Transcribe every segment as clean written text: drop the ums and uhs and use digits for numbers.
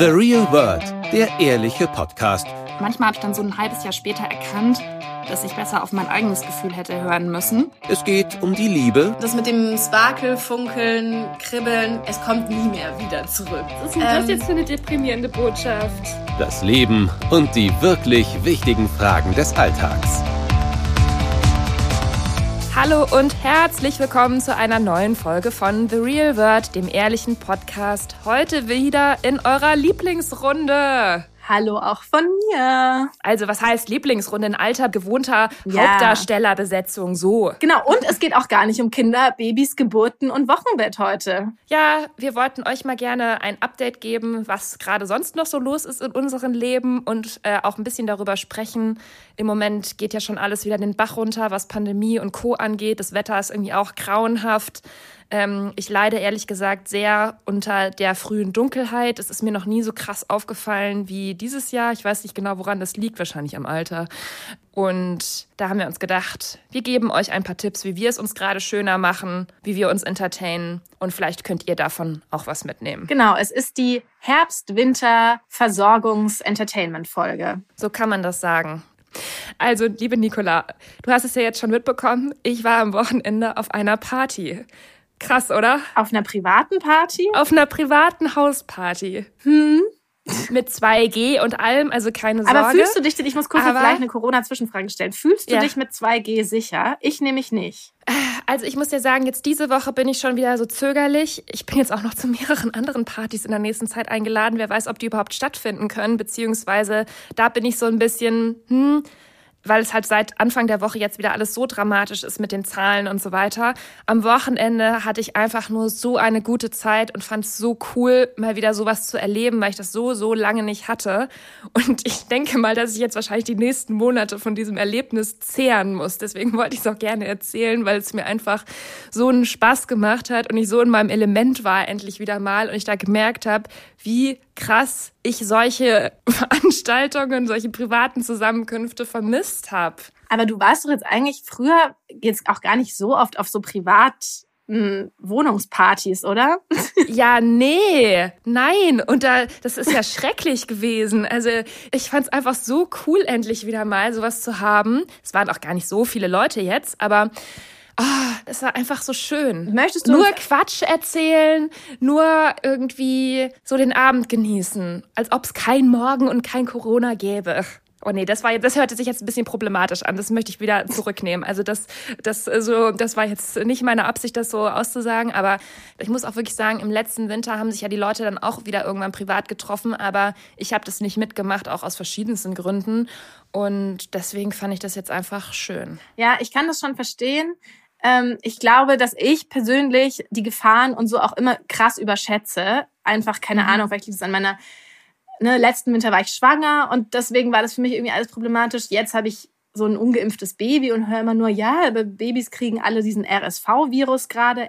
The Real World, der ehrliche Podcast. Manchmal habe ich dann so ein halbes Jahr später erkannt, dass ich besser auf mein eigenes Gefühl hätte hören müssen. Es geht um die Liebe. Das mit dem Sparkel, Funkeln, Kribbeln, es kommt nie mehr wieder zurück. Was ist denn das jetzt für eine deprimierende Botschaft? Das Leben und die wirklich wichtigen Fragen des Alltags. Hallo und herzlich willkommen zu einer neuen Folge von The Real World, dem ehrlichen Podcast. Heute wieder in eurer Lieblingsrunde. Hallo auch von mir. Also was heißt Lieblingsrunde? In alter, gewohnter Hauptdarstellerbesetzung, so. Genau, und es geht auch gar nicht um Kinder, Babys, Geburten und Wochenbett heute. Ja, wir wollten euch mal gerne ein Update geben, was gerade sonst noch so los ist in unserem Leben und auch ein bisschen darüber sprechen. Im Moment geht ja schon alles wieder den Bach runter, was Pandemie und Co. angeht. Das Wetter ist irgendwie auch grauenhaft. Ich leide ehrlich gesagt sehr unter der frühen Dunkelheit. Es ist mir noch nie so krass aufgefallen wie dieses Jahr. Ich weiß nicht genau, woran das liegt, wahrscheinlich am Alter. Und da haben wir uns gedacht, wir geben euch ein paar Tipps, wie wir es uns gerade schöner machen, wie wir uns entertainen. Und vielleicht könnt ihr davon auch was mitnehmen. Genau, es ist die Herbst-Winter-Versorgungs-Entertainment-Folge. So kann man das sagen. Also, liebe Nicola, du hast es ja jetzt schon mitbekommen. Ich war am Wochenende auf einer Party. Krass, oder? Auf einer privaten Party? Auf einer privaten Hausparty. Mit 2G und allem, also keine Sorge. Aber fühlst du dich denn, ich muss kurz vielleicht eine Corona-Zwischenfrage stellen, fühlst du dich mit 2G sicher? Ich nämlich nicht. Also ich muss dir sagen, jetzt diese Woche bin ich schon wieder so zögerlich. Ich bin jetzt auch noch zu mehreren anderen Partys in der nächsten Zeit eingeladen. Wer weiß, ob die überhaupt stattfinden können, beziehungsweise da bin ich so ein bisschen, weil es halt seit Anfang der Woche jetzt wieder alles so dramatisch ist mit den Zahlen und so weiter. Am Wochenende hatte ich einfach nur so eine gute Zeit und fand es so cool, mal wieder sowas zu erleben, weil ich das so lange nicht hatte. Und ich denke mal, dass ich jetzt wahrscheinlich die nächsten Monate von diesem Erlebnis zehren muss. Deswegen wollte ich es auch gerne erzählen, weil es mir einfach so einen Spaß gemacht hat und ich so in meinem Element war endlich wieder mal und ich da gemerkt habe, wie krass ich solche Veranstaltungen, solche privaten Zusammenkünfte vermisst habe. Aber du warst doch jetzt eigentlich früher jetzt auch gar nicht so oft auf so Wohnungspartys, oder? Ja, nein. Und das ist ja schrecklich gewesen. Also ich fand es einfach so cool, endlich wieder mal sowas zu haben. Es waren auch gar nicht so viele Leute jetzt, aber es war einfach so schön. Möchtest du nur Quatsch erzählen, nur irgendwie so den Abend genießen, als ob es kein Morgen und kein Corona gäbe. Oh nee, das hörte sich jetzt ein bisschen problematisch an. Das möchte ich wieder zurücknehmen. Also das war jetzt nicht meine Absicht, das so auszusagen. Aber ich muss auch wirklich sagen, im letzten Winter haben sich ja die Leute dann auch wieder irgendwann privat getroffen. Aber ich habe das nicht mitgemacht, auch aus verschiedensten Gründen. Und deswegen fand ich das jetzt einfach schön. Ja, ich kann das schon verstehen. Ich glaube, dass ich persönlich die Gefahren und so auch immer krass überschätze. Einfach, keine Ahnung, vielleicht liegt es an meiner... letzten Winter war ich schwanger und deswegen war das für mich irgendwie alles problematisch. Jetzt habe ich so ein ungeimpftes Baby und höre immer nur, ja, aber Babys kriegen alle diesen RS-Virus gerade.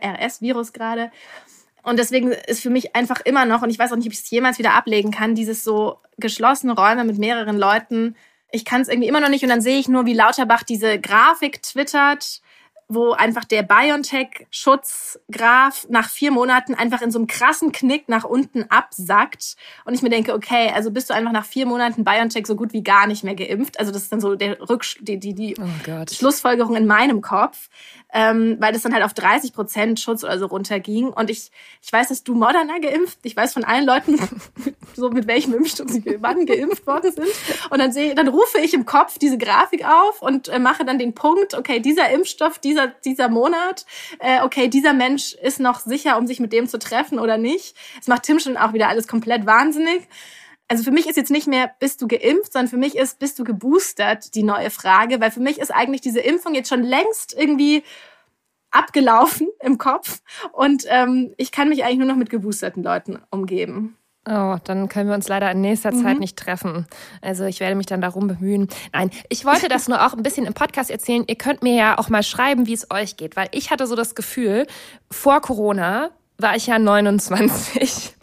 Und deswegen ist für mich einfach immer noch, und ich weiß auch nicht, ob ich es jemals wieder ablegen kann, dieses so geschlossene Räume mit mehreren Leuten. Ich kann es irgendwie immer noch nicht und dann sehe ich nur, wie Lauterbach diese Grafik twittert, wo einfach der BioNTech-Schutzgraph nach 4 Monaten einfach in so einem krassen Knick nach unten absackt. Und ich mir denke, okay, also bist du einfach nach 4 Monaten BioNTech so gut wie gar nicht mehr geimpft. Also das ist dann so die Schlussfolgerung in meinem Kopf, weil das dann halt auf 30% Schutz oder so runterging. Und ich weiß, dass du Moderna geimpft. Ich weiß von allen Leuten, so mit welchem Impfstoff sie wann geimpft worden sind. Und dann rufe ich im Kopf diese Grafik auf und mache dann den Punkt, okay, dieser Impfstoff, dieser Monat, okay, dieser Mensch ist noch sicher, um sich mit dem zu treffen oder nicht. Das macht Tim schon auch wieder alles komplett wahnsinnig. Also für mich ist jetzt nicht mehr, bist du geimpft, sondern für mich ist, bist du geboostert, die neue Frage. Weil für mich ist eigentlich diese Impfung jetzt schon längst irgendwie abgelaufen im Kopf. Und ich kann mich eigentlich nur noch mit geboosterten Leuten umgeben. Oh, dann können wir uns leider in nächster Zeit nicht treffen. Also ich werde mich dann darum bemühen. Nein, ich wollte das nur auch ein bisschen im Podcast erzählen. Ihr könnt mir ja auch mal schreiben, wie es euch geht. Weil ich hatte so das Gefühl, vor Corona war ich ja 29.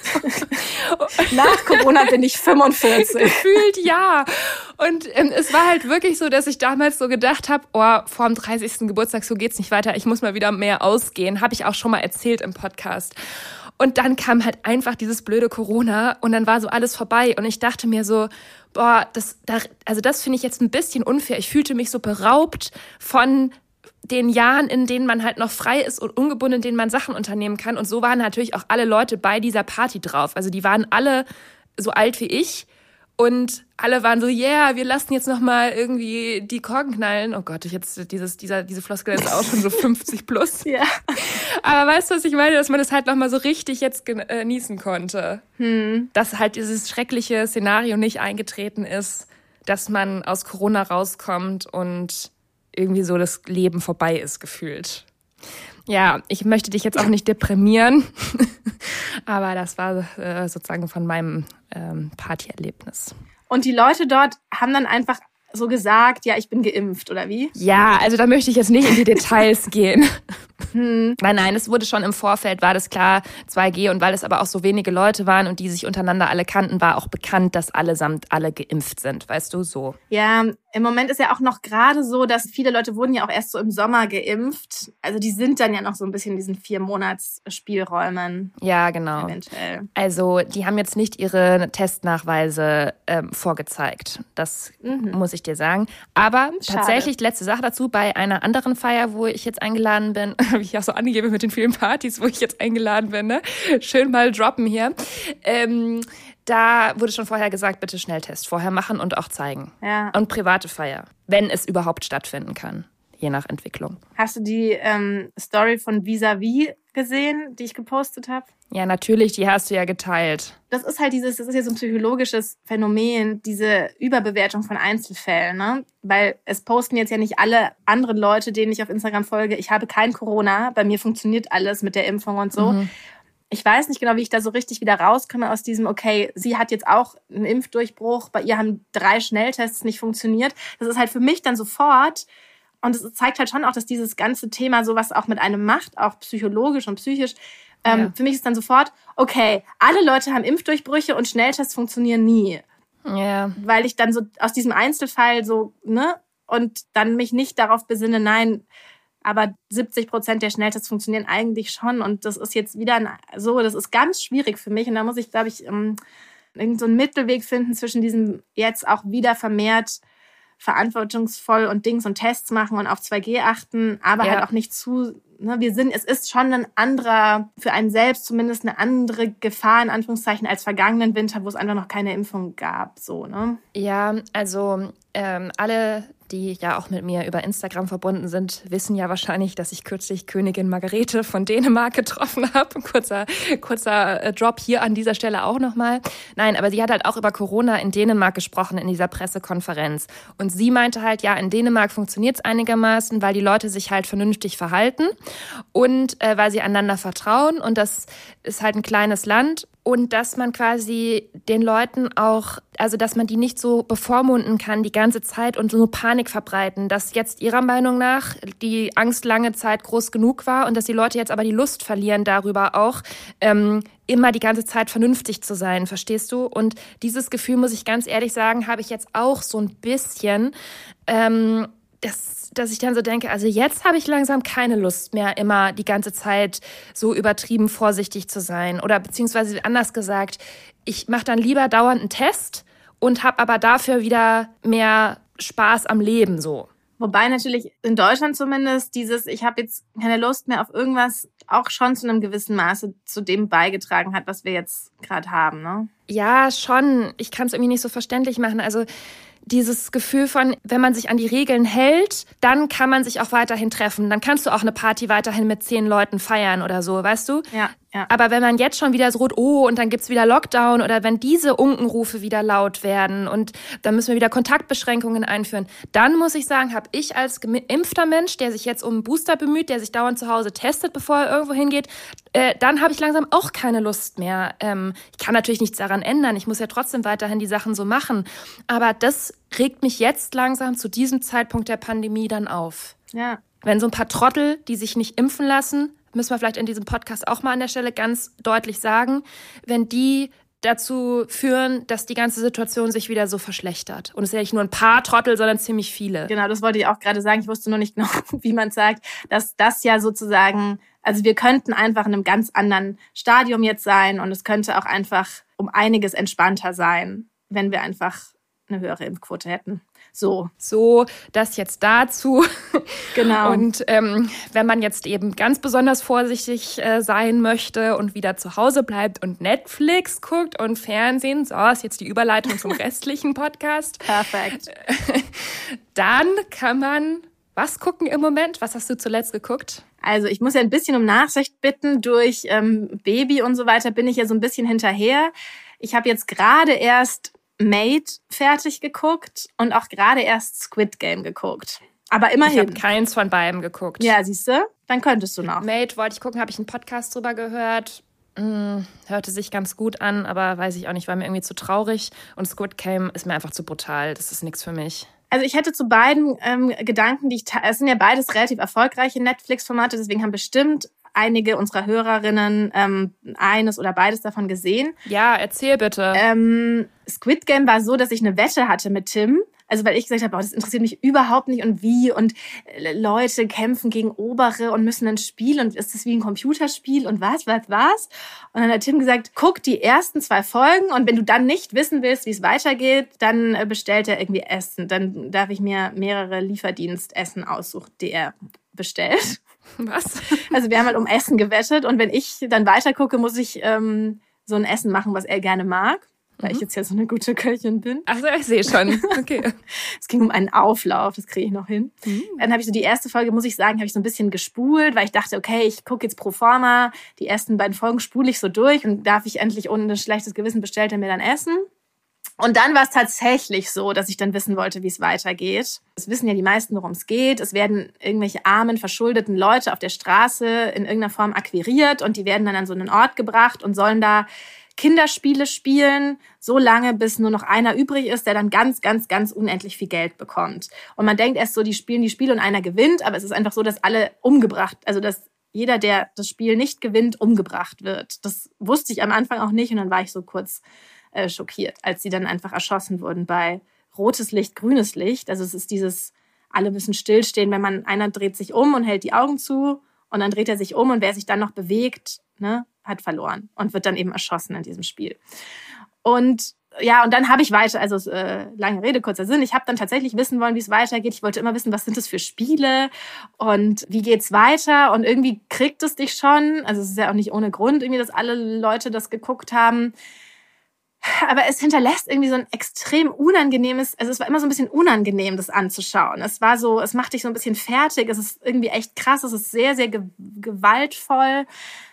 Nach Corona bin ich 45. Gefühlt ja. Und es war halt wirklich so, dass ich damals so gedacht habe, vor dem 30. Geburtstag, so geht's nicht weiter. Ich muss mal wieder mehr ausgehen. Habe ich auch schon mal erzählt im Podcast. Und dann kam halt einfach dieses blöde Corona und dann war so alles vorbei. Und ich dachte mir so, boah, das finde ich jetzt ein bisschen unfair. Ich fühlte mich so beraubt von den Jahren, in denen man halt noch frei ist und ungebunden, in denen man Sachen unternehmen kann. Und so waren natürlich auch alle Leute bei dieser Party drauf. Also die waren alle so alt wie ich und alle waren so, yeah, wir lassen jetzt noch mal irgendwie die Korken knallen. Oh Gott, diese Floskel ist auch schon so 50 plus. Ja. Aber weißt du, was ich meine? Dass man das halt noch mal so richtig jetzt genießen konnte. Dass halt dieses schreckliche Szenario nicht eingetreten ist, dass man aus Corona rauskommt und irgendwie so das Leben vorbei ist gefühlt. Ja, ich möchte dich jetzt auch nicht deprimieren, aber das war sozusagen von meinem Partyerlebnis. Und die Leute dort haben dann einfach so gesagt, ja, ich bin geimpft, oder wie? Ja, also da möchte ich jetzt nicht in die Details gehen. Nein, es wurde schon im Vorfeld, war das klar, 2G, und weil es aber auch so wenige Leute waren und die sich untereinander alle kannten, war auch bekannt, dass allesamt alle geimpft sind, weißt du, so. Ja, im Moment ist ja auch noch gerade so, dass viele Leute wurden ja auch erst so im Sommer geimpft. Also die sind dann ja noch so ein bisschen in diesen 4-Monats-Spielräumen. Ja, genau. Eventuell. Also die haben jetzt nicht ihre Testnachweise vorgezeigt. Das muss ich dir sagen. Aber tatsächlich, letzte Sache dazu, bei einer anderen Feier, wo ich jetzt eingeladen bin, wie ich auch so angebe mit den vielen Partys, wo ich jetzt eingeladen bin, ne? Schön mal droppen hier. Da wurde schon vorher gesagt, bitte Schnelltest vorher machen und auch zeigen. Ja. Und private Feier, wenn es überhaupt stattfinden kann, je nach Entwicklung. Hast du die Story von Vis-a-vis gesehen, die ich gepostet habe? Ja, natürlich, die hast du ja geteilt. Das ist ja so ein psychologisches Phänomen, diese Überbewertung von Einzelfällen, ne? Weil es posten jetzt ja nicht alle anderen Leute, denen ich auf Instagram folge, ich habe kein Corona, bei mir funktioniert alles mit der Impfung und so. Ich weiß nicht genau, wie ich da so richtig wieder rauskomme aus diesem, okay, sie hat jetzt auch einen Impfdurchbruch, bei ihr haben 3 Schnelltests nicht funktioniert. Das ist halt für mich dann sofort, und es zeigt halt schon auch, dass dieses ganze Thema sowas auch mit einem macht, auch psychologisch und psychisch. Für mich ist dann sofort, okay, alle Leute haben Impfdurchbrüche und Schnelltests funktionieren nie. Ja. Weil ich dann so aus diesem Einzelfall so, ne, und dann mich nicht darauf besinne, nein, aber 70% der Schnelltests funktionieren eigentlich schon. Und das ist jetzt wieder das ist ganz schwierig für mich. Und da muss ich, glaube ich, irgend so einen Mittelweg finden zwischen diesem jetzt auch wieder vermehrt verantwortungsvoll und Dings und Tests machen und auf 2G achten, aber halt auch nicht zu, ne, es ist schon für einen selbst zumindest eine andere Gefahr, in Anführungszeichen, als vergangenen Winter, wo es einfach noch keine Impfung gab, so, ne? Ja, also alle, die ja auch mit mir über Instagram verbunden sind, wissen ja wahrscheinlich, dass ich kürzlich Königin Margrethe von Dänemark getroffen habe. Kurzer Drop hier an dieser Stelle auch nochmal. Nein, aber sie hat halt auch über Corona in Dänemark gesprochen in dieser Pressekonferenz. Und sie meinte halt, ja, in Dänemark funktioniert es einigermaßen, weil die Leute sich halt vernünftig verhalten und weil sie einander vertrauen. Und das ist halt ein kleines Land. Und dass man quasi den Leuten auch, also dass man die nicht so bevormunden kann die ganze Zeit und so Panik verbreiten, dass jetzt ihrer Meinung nach die Angst lange Zeit groß genug war und dass die Leute jetzt aber die Lust verlieren darüber auch, immer die ganze Zeit vernünftig zu sein, verstehst du? Und dieses Gefühl, muss ich ganz ehrlich sagen, habe ich jetzt auch so ein bisschen, dass ich dann so denke, also jetzt habe ich langsam keine Lust mehr, immer die ganze Zeit so übertrieben vorsichtig zu sein. Oder beziehungsweise anders gesagt, ich mache dann lieber dauernd einen Test und habe aber dafür wieder mehr Spaß am Leben so. Wobei natürlich in Deutschland zumindest ich habe jetzt keine Lust mehr auf irgendwas, auch schon zu einem gewissen Maße zu dem beigetragen hat, was wir jetzt gerade haben, ne? Ja, schon. Ich kann es irgendwie nicht so verständlich machen. Also dieses Gefühl von, wenn man sich an die Regeln hält, dann kann man sich auch weiterhin treffen. Dann kannst du auch eine Party weiterhin mit 10 Leuten feiern oder so, weißt du? Ja. Aber wenn man jetzt schon wieder so und dann gibt's wieder Lockdown oder wenn diese Unkenrufe wieder laut werden und dann müssen wir wieder Kontaktbeschränkungen einführen, dann muss ich sagen, habe ich als geimpfter Mensch, der sich jetzt um einen Booster bemüht, der sich dauernd zu Hause testet, bevor er irgendwo hingeht, dann habe ich langsam auch keine Lust mehr. Ich kann natürlich nichts daran ändern. Ich muss ja trotzdem weiterhin die Sachen so machen. Aber das regt mich jetzt langsam zu diesem Zeitpunkt der Pandemie dann auf. Ja. Wenn so ein paar Trottel, die sich nicht impfen lassen, müssen wir vielleicht in diesem Podcast auch mal an der Stelle ganz deutlich sagen, wenn die dazu führen, dass die ganze Situation sich wieder so verschlechtert. Und es sind ja nicht nur ein paar Trottel, sondern ziemlich viele. Genau, das wollte ich auch gerade sagen. Ich wusste nur nicht genau, wie man sagt, dass das ja sozusagen Also wir könnten einfach in einem ganz anderen Stadium jetzt sein und es könnte auch einfach um einiges entspannter sein, wenn wir einfach eine höhere Impfquote hätten. So, das jetzt dazu. Genau. Und wenn man jetzt eben ganz besonders vorsichtig sein möchte und wieder zu Hause bleibt und Netflix guckt und Fernsehen, so ist jetzt die Überleitung zum restlichen Podcast. Perfekt. Dann kann man was gucken im Moment? Was hast du zuletzt geguckt? Also ich muss ja ein bisschen um Nachsicht bitten. Durch Baby und so weiter bin ich ja so ein bisschen hinterher. Ich habe jetzt gerade erst Made fertig geguckt und auch gerade erst Squid Game geguckt. Aber immerhin. Ich habe keins von beiden geguckt. Ja, siehst du? Dann könntest du noch. Made wollte ich gucken, habe ich einen Podcast drüber gehört. Hörte sich ganz gut an, aber weiß ich auch nicht, war mir irgendwie zu traurig. Und Squid Game ist mir einfach zu brutal. Das ist nichts für mich. Also ich hätte zu beiden Gedanken, es sind ja beides relativ erfolgreiche Netflix-Formate, deswegen haben bestimmt einige unserer Hörerinnen eines oder beides davon gesehen. Ja, erzähl bitte. Squid Game war so, dass ich eine Wette hatte mit Tim. Also weil ich gesagt habe, das interessiert mich überhaupt nicht und wie und Leute kämpfen gegen Obere und müssen ein Spiel und ist das wie ein Computerspiel und was. Und dann hat Tim gesagt, guck die ersten 2 Folgen und wenn du dann nicht wissen willst, wie es weitergeht, dann bestellt er irgendwie Essen. Dann darf ich mir mehrere Lieferdienstessen aussuchen, die er bestellt. Was? Also wir haben halt um Essen gewettet und wenn ich dann weitergucke, muss ich so ein Essen machen, was er gerne mag. Weil ich jetzt ja so eine gute Köchin bin. Ach so, ich sehe schon. Okay. Es ging um einen Auflauf, das kriege ich noch hin. Dann habe ich so die erste Folge, muss ich sagen, habe ich so ein bisschen gespult, weil ich dachte, okay, ich gucke jetzt pro forma, die ersten beiden Folgen spule ich so durch und darf ich endlich ohne ein schlechtes Gewissen bestellt er mir dann Essen. Und dann war es tatsächlich so, dass ich dann wissen wollte, wie es weitergeht. Es wissen ja die meisten, worum es geht. Es werden irgendwelche armen, verschuldeten Leute auf der Straße in irgendeiner Form akquiriert und die werden dann an so einen Ort gebracht und sollen da Kinderspiele spielen, so lange, bis nur noch einer übrig ist, der dann ganz, ganz, ganz unendlich viel Geld bekommt. Und man denkt erst so, die spielen die Spiele und einer gewinnt, aber es ist einfach so, dass alle umgebracht, also dass jeder, der das Spiel nicht gewinnt, umgebracht wird. Das wusste ich am Anfang auch nicht und dann war ich so kurz schockiert, als sie dann einfach erschossen wurden bei rotes Licht, grünes Licht. Also es ist dieses, alle müssen stillstehen, wenn einer dreht sich um und hält die Augen zu und dann dreht er sich um und wer sich dann noch bewegt, ne, hat verloren und wird dann eben erschossen in diesem Spiel. Und ja, und dann habe ich weiter, also lange Rede, kurzer Sinn, ich habe dann tatsächlich wissen wollen, wie es weitergeht. Ich wollte immer wissen, was sind das für Spiele und wie geht's weiter und irgendwie kriegt es dich schon. Also es ist ja auch nicht ohne Grund irgendwie, dass alle Leute das geguckt haben. Aber es hinterlässt irgendwie so ein extrem unangenehmes, also es war immer so ein bisschen unangenehm, das anzuschauen. Es war so, es macht dich so ein bisschen fertig, es ist irgendwie echt krass, es ist sehr, sehr gewaltvoll.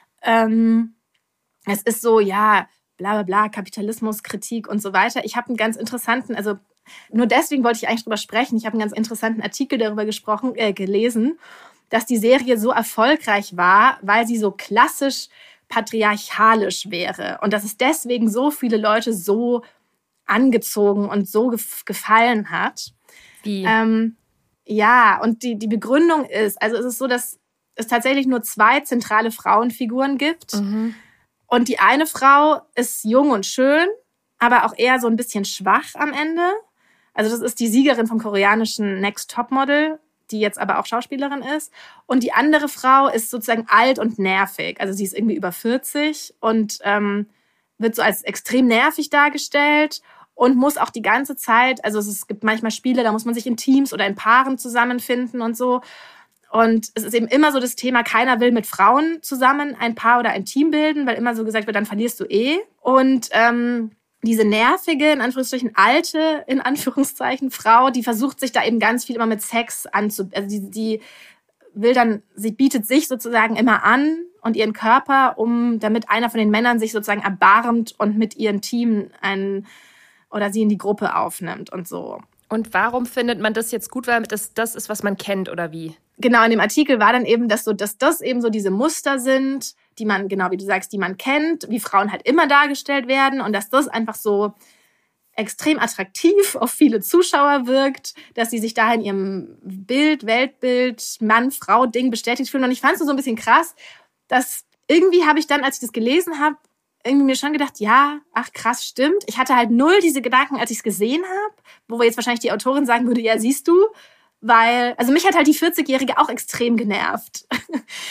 Es ist so, ja, bla bla bla, Kapitalismus, Kritik und so weiter. Ich habe einen ganz interessanten, also nur deswegen wollte ich eigentlich drüber sprechen, ich habe einen ganz interessanten Artikel darüber gelesen, dass die Serie so erfolgreich war, weil sie so klassisch patriarchalisch wäre und dass es deswegen so viele Leute so angezogen und so gefallen hat. Wie? Ja, und die Begründung ist, also es ist so, dass es tatsächlich nur 2 zentrale Frauenfiguren gibt. Und die eine Frau ist jung und schön, aber auch eher so ein bisschen schwach am Ende. Also das ist die Siegerin vom koreanischen Next Topmodel, die jetzt aber auch Schauspielerin ist. Und die andere Frau ist sozusagen alt und nervig. Also sie ist irgendwie über 40 und wird so als extrem nervig dargestellt und muss auch die ganze Zeit, also es gibt manchmal Spiele, da muss man sich in Teams oder in Paaren zusammenfinden und so. Und es ist eben immer so das Thema, keiner will mit Frauen zusammen ein Paar oder ein Team bilden, weil immer so gesagt wird, dann verlierst du eh. Und diese nervige, in Anführungsstrichen alte, in Anführungszeichen Frau, die versucht sich da eben ganz viel immer mit Sex also die will dann, sie bietet sich sozusagen immer an und ihren Körper, damit einer von den Männern sich sozusagen erbarmt und mit ihrem Team oder sie in die Gruppe aufnimmt und so. Und warum findet man das jetzt gut, weil das ist, was man kennt oder wie? Genau, in dem Artikel war dann eben, dass das eben so diese Muster sind, die man, genau wie du sagst, die man kennt, wie Frauen halt immer dargestellt werden und dass das einfach so extrem attraktiv auf viele Zuschauer wirkt, dass sie sich da in ihrem Weltbild, Mann-Frau-Ding bestätigt fühlen. Und ich fand es so ein bisschen krass, dass irgendwie habe ich dann, als ich das gelesen habe, irgendwie mir schon gedacht, ja, ach krass, stimmt. Ich hatte halt null diese Gedanken, als ich es gesehen habe, wo jetzt wahrscheinlich die Autorin sagen würde, ja, siehst du, weil, also mich hat halt die 40-Jährige auch extrem genervt.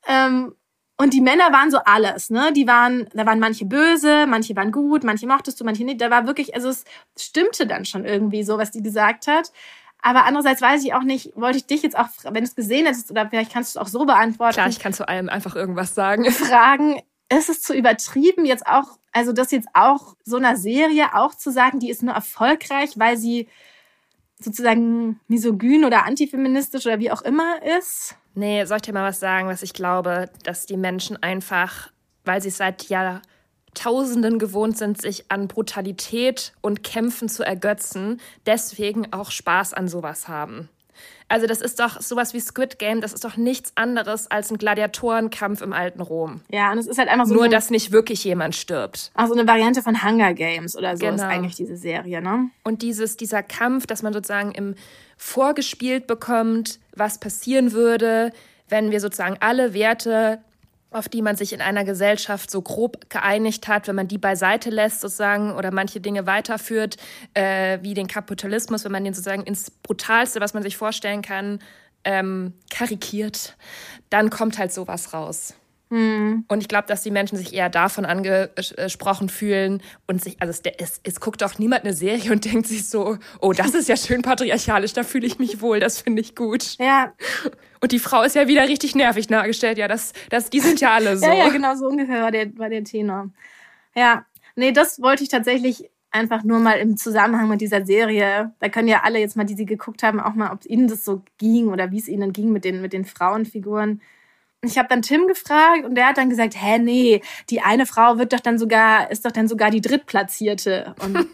Und die Männer waren so alles, ne? Da waren manche böse, manche waren gut, manche mochtest du, manche nicht. Da war wirklich, also es stimmte dann schon irgendwie so, was die gesagt hat. Aber andererseits weiß ich auch nicht, wollte ich dich jetzt auch, wenn du es gesehen hättest, oder vielleicht kannst du es auch so beantworten. Klar, ich kann zu allem einfach irgendwas sagen. Fragen, ist es zu übertrieben, jetzt auch, also das jetzt auch so einer Serie auch zu sagen, die ist nur erfolgreich, weil sie sozusagen misogyn oder antifeministisch oder wie auch immer ist? Nee, soll ich dir mal was sagen, was ich glaube, dass die Menschen einfach, weil sie es seit Jahrtausenden gewohnt sind, sich an Brutalität und Kämpfen zu ergötzen, deswegen auch Spaß an sowas haben. Also das ist doch sowas wie Squid Game, das ist doch nichts anderes als ein Gladiatorenkampf im alten Rom. Ja, und es ist halt einfach so nur, dass nicht wirklich jemand stirbt. Also eine Variante von Hunger Games oder so genau. Ist eigentlich diese Serie, ne? Und dieser Kampf, dass man sozusagen im vorgespielt bekommt, was passieren würde, wenn wir sozusagen alle Werte, auf die man sich in einer Gesellschaft so grob geeinigt hat, wenn man die beiseite lässt sozusagen oder manche Dinge weiterführt, wie den Kapitalismus, wenn man den sozusagen ins Brutalste, was man sich vorstellen kann, karikiert, dann kommt halt sowas raus. Und ich glaube, dass die Menschen sich eher davon angesprochen fühlen und sich, also es guckt auch niemand eine Serie und denkt sich so, oh, das ist ja schön patriarchalisch, da fühle ich mich wohl, das finde ich gut. Ja. Und die Frau ist ja wieder richtig nervig dargestellt, ja, die sind ja alle so. Ja, genau, so ungefähr war der Tenor. Ja, nee, das wollte ich tatsächlich einfach nur mal im Zusammenhang mit dieser Serie, da können ja alle jetzt mal, die sie geguckt haben, auch mal, ob ihnen das so ging oder wie es ihnen ging mit den Frauenfiguren. Ich habe dann Tim gefragt und der hat dann gesagt, nee, die eine Frau ist doch dann sogar die Drittplatzierte. Und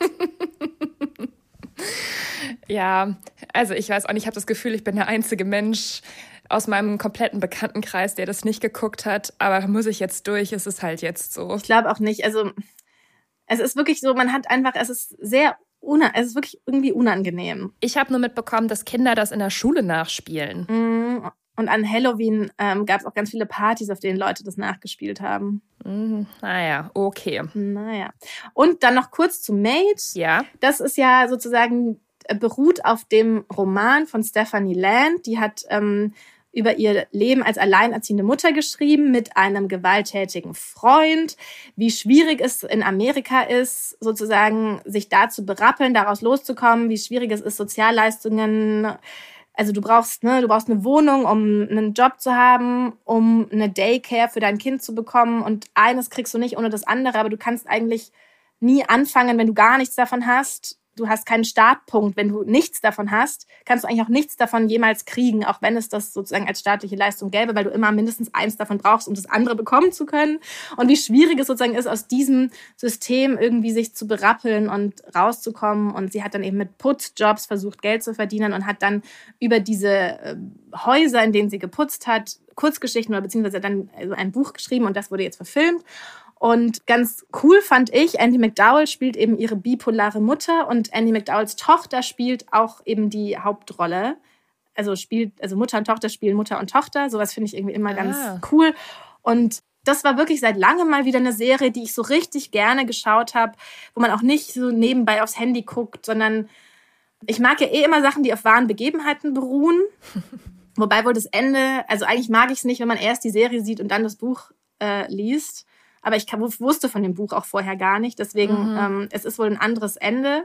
ja, also ich weiß auch nicht, ich habe das Gefühl, ich bin der einzige Mensch aus meinem kompletten Bekanntenkreis, der das nicht geguckt hat. Aber muss ich jetzt durch, es ist halt jetzt so. Ich glaube auch nicht, also es ist wirklich so, es ist wirklich irgendwie unangenehm. Ich habe nur mitbekommen, dass Kinder das in der Schule nachspielen. Und an Halloween gab es auch ganz viele Partys, auf denen Leute das nachgespielt haben. Naja, okay. Naja. Und dann noch kurz zu Maid. Ja. Das ist ja sozusagen, beruht auf dem Roman von Stephanie Land. Die hat über ihr Leben als alleinerziehende Mutter geschrieben mit einem gewalttätigen Freund, wie schwierig es in Amerika ist, sozusagen sich da zu berappeln, daraus loszukommen, wie schwierig es ist, Sozialleistungen. Also du brauchst eine Wohnung, um einen Job zu haben, um eine Daycare für dein Kind zu bekommen. Und eines kriegst du nicht ohne das andere, aber du kannst eigentlich nie anfangen, wenn du gar nichts davon hast. Du hast keinen Startpunkt. Wenn du nichts davon hast, kannst du eigentlich auch nichts davon jemals kriegen, auch wenn es das sozusagen als staatliche Leistung gäbe, weil du immer mindestens eins davon brauchst, um das andere bekommen zu können. Und wie schwierig es sozusagen ist, aus diesem System irgendwie sich zu berappeln und rauszukommen. Und sie hat dann eben mit Putzjobs versucht, Geld zu verdienen und hat dann über diese Häuser, in denen sie geputzt hat, Kurzgeschichten oder beziehungsweise dann ein Buch geschrieben und das wurde jetzt verfilmt. Und ganz cool fand ich, Andie MacDowell spielt eben ihre bipolare Mutter und Andie MacDowells Tochter spielt auch eben die Hauptrolle. Also Mutter und Tochter spielen Mutter und Tochter. Sowas finde ich irgendwie immer ganz cool. Und das war wirklich seit langem mal wieder eine Serie, die ich so richtig gerne geschaut habe, wo man auch nicht so nebenbei aufs Handy guckt, sondern ich mag ja immer Sachen, die auf wahren Begebenheiten beruhen. Wobei wohl das Ende, also eigentlich mag ich es nicht, wenn man erst die Serie sieht und dann das Buch liest. Aber ich wusste von dem Buch auch vorher gar nicht. Deswegen, es ist wohl ein anderes Ende.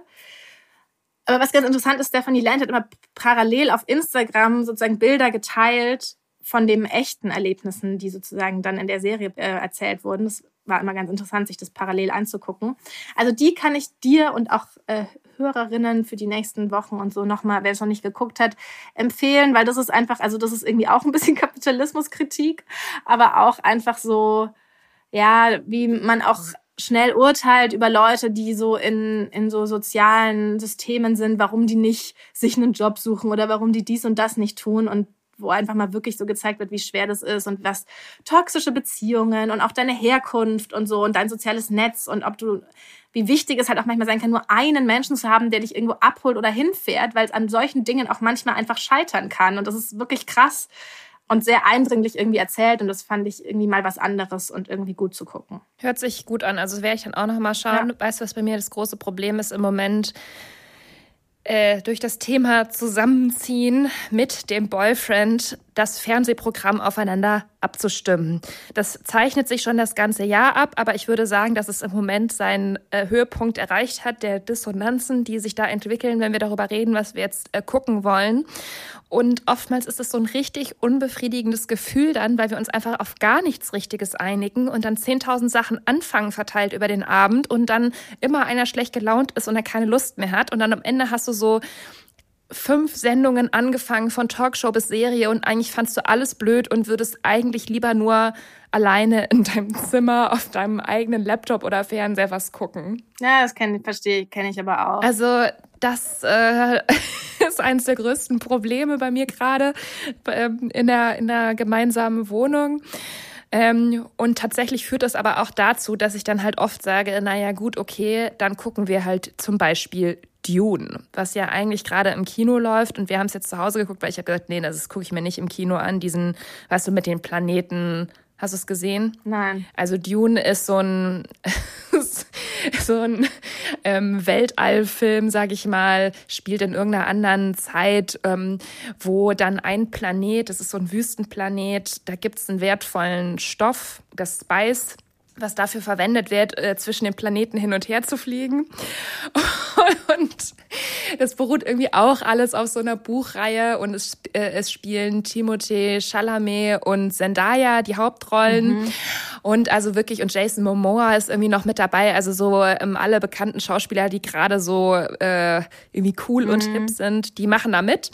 Aber was ganz interessant ist, Stephanie Land hat immer parallel auf Instagram sozusagen Bilder geteilt von den echten Erlebnissen, die sozusagen dann in der Serie erzählt wurden. Das war immer ganz interessant, sich das parallel anzugucken. Also die kann ich dir und auch Hörerinnen für die nächsten Wochen und so nochmal, wer es noch nicht geguckt hat, empfehlen, weil das ist einfach, also das ist irgendwie auch ein bisschen Kapitalismuskritik, aber auch einfach so, ja, wie man auch schnell urteilt über Leute, die so in so sozialen Systemen sind, warum die nicht sich einen Job suchen oder warum die dies und das nicht tun und wo einfach mal wirklich so gezeigt wird, wie schwer das ist und was toxische Beziehungen und auch deine Herkunft und so und dein soziales Netz und wie wichtig es halt auch manchmal sein kann, nur einen Menschen zu haben, der dich irgendwo abholt oder hinfährt, weil es an solchen Dingen auch manchmal einfach scheitern kann und das ist wirklich krass. Und sehr eindringlich irgendwie erzählt. Und das fand ich irgendwie mal was anderes und irgendwie gut zu gucken. Hört sich gut an. Also das werde ich dann auch noch mal schauen. Ja. Weißt du, was bei mir das große Problem ist im Moment? Durch das Thema Zusammenziehen mit dem Boyfriend das Fernsehprogramm aufeinander abzustimmen. Das zeichnet sich schon das ganze Jahr ab, aber ich würde sagen, dass es im Moment seinen Höhepunkt erreicht hat, der Dissonanzen, die sich da entwickeln, wenn wir darüber reden, was wir jetzt gucken wollen. Und oftmals ist es so ein richtig unbefriedigendes Gefühl dann, weil wir uns einfach auf gar nichts Richtiges einigen und dann 10.000 Sachen anfangen verteilt über den Abend und dann immer einer schlecht gelaunt ist und er keine Lust mehr hat. Und dann am Ende hast du so 5 Sendungen angefangen, von Talkshow bis Serie, und eigentlich fandst du alles blöd und würdest eigentlich lieber nur alleine in deinem Zimmer auf deinem eigenen Laptop oder Fernseher was gucken. Ja, das kenne ich aber auch. Also das ist eines der größten Probleme bei mir gerade in der gemeinsamen Wohnung. Und tatsächlich führt das aber auch dazu, dass ich dann halt oft sage, naja gut, okay, dann gucken wir halt zum Beispiel Dune, was ja eigentlich gerade im Kino läuft, und wir haben es jetzt zu Hause geguckt, weil ich habe gesagt, nee, das gucke ich mir nicht im Kino an, diesen, weißt du, mit den Planeten. Hast du es gesehen? Nein. Also Dune ist so ein Weltallfilm, sag ich mal, spielt in irgendeiner anderen Zeit, wo dann ein Planet, das ist so ein Wüstenplanet, da gibt es einen wertvollen Stoff, das Spice, was dafür verwendet wird, zwischen den Planeten hin und her zu fliegen. Und das beruht irgendwie auch alles auf so einer Buchreihe, und es spielen Timothée Chalamet und Zendaya die Hauptrollen. Und also wirklich, und Jason Momoa ist irgendwie noch mit dabei, also so alle bekannten Schauspieler, die gerade so irgendwie cool und hip sind, die machen da mit.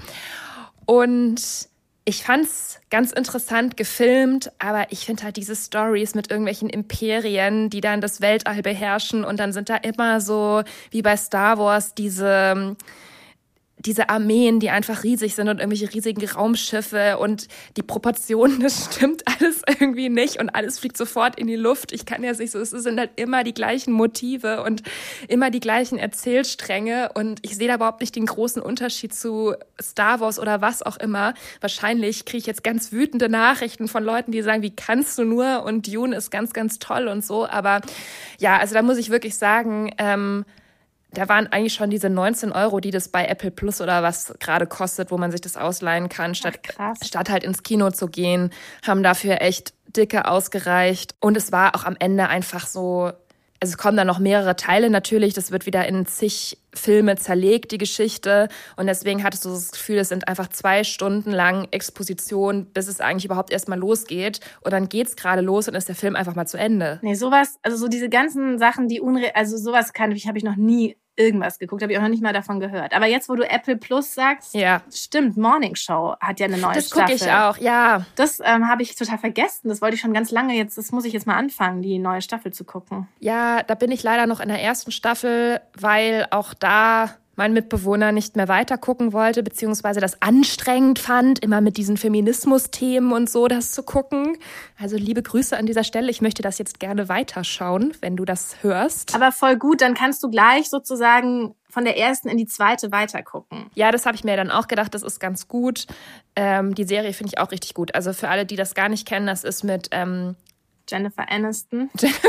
Und ich fand's ganz interessant gefilmt, aber ich finde halt diese Stories mit irgendwelchen Imperien, die dann das Weltall beherrschen, und dann sind da immer so, wie bei Star Wars, diese Armeen, die einfach riesig sind und irgendwelche riesigen Raumschiffe, und die Proportionen, das stimmt alles irgendwie nicht und alles fliegt sofort in die Luft. Ich kann ja nicht so, es sind halt immer die gleichen Motive und immer die gleichen Erzählstränge, und ich sehe da überhaupt nicht den großen Unterschied zu Star Wars oder was auch immer. Wahrscheinlich kriege ich jetzt ganz wütende Nachrichten von Leuten, die sagen, wie kannst du nur, und Dune ist ganz, ganz toll und so, aber ja, also da muss ich wirklich sagen, da waren eigentlich schon diese 19 €, die das bei Apple Plus oder was gerade kostet, wo man sich das ausleihen kann, statt halt ins Kino zu gehen, haben dafür echt dicke ausgereicht. Und es war auch am Ende einfach so, also es kommen dann noch mehrere Teile natürlich, das wird wieder in zig Filme zerlegt, die Geschichte. Und deswegen hattest du das Gefühl, es sind einfach 2 Stunden lang Exposition, bis es eigentlich überhaupt erstmal losgeht. Und dann geht's gerade los und ist der Film einfach mal zu Ende. Nee, sowas, also so diese ganzen Sachen, also sowas habe ich noch nie irgendwas geguckt, habe ich auch noch nicht mal davon gehört. Aber jetzt, wo du Apple Plus sagst, ja, stimmt, Morning Show hat ja eine neue Staffel. Das gucke ich auch, ja. Das habe ich total vergessen. Das wollte ich schon ganz lange jetzt, das muss ich jetzt mal anfangen, die neue Staffel zu gucken. Ja, da bin ich leider noch in der ersten Staffel, weil auch da mein Mitbewohner nicht mehr weiter gucken wollte, beziehungsweise das anstrengend fand, immer mit diesen Feminismus-Themen und so das zu gucken. Also liebe Grüße an dieser Stelle. Ich möchte das jetzt gerne weiterschauen, wenn du das hörst. Aber voll gut, dann kannst du gleich sozusagen von der ersten in die zweite weitergucken. Ja, das habe ich mir dann auch gedacht, das ist ganz gut. Die Serie finde ich auch richtig gut. Also für alle, die das gar nicht kennen, das ist mit Jennifer Aniston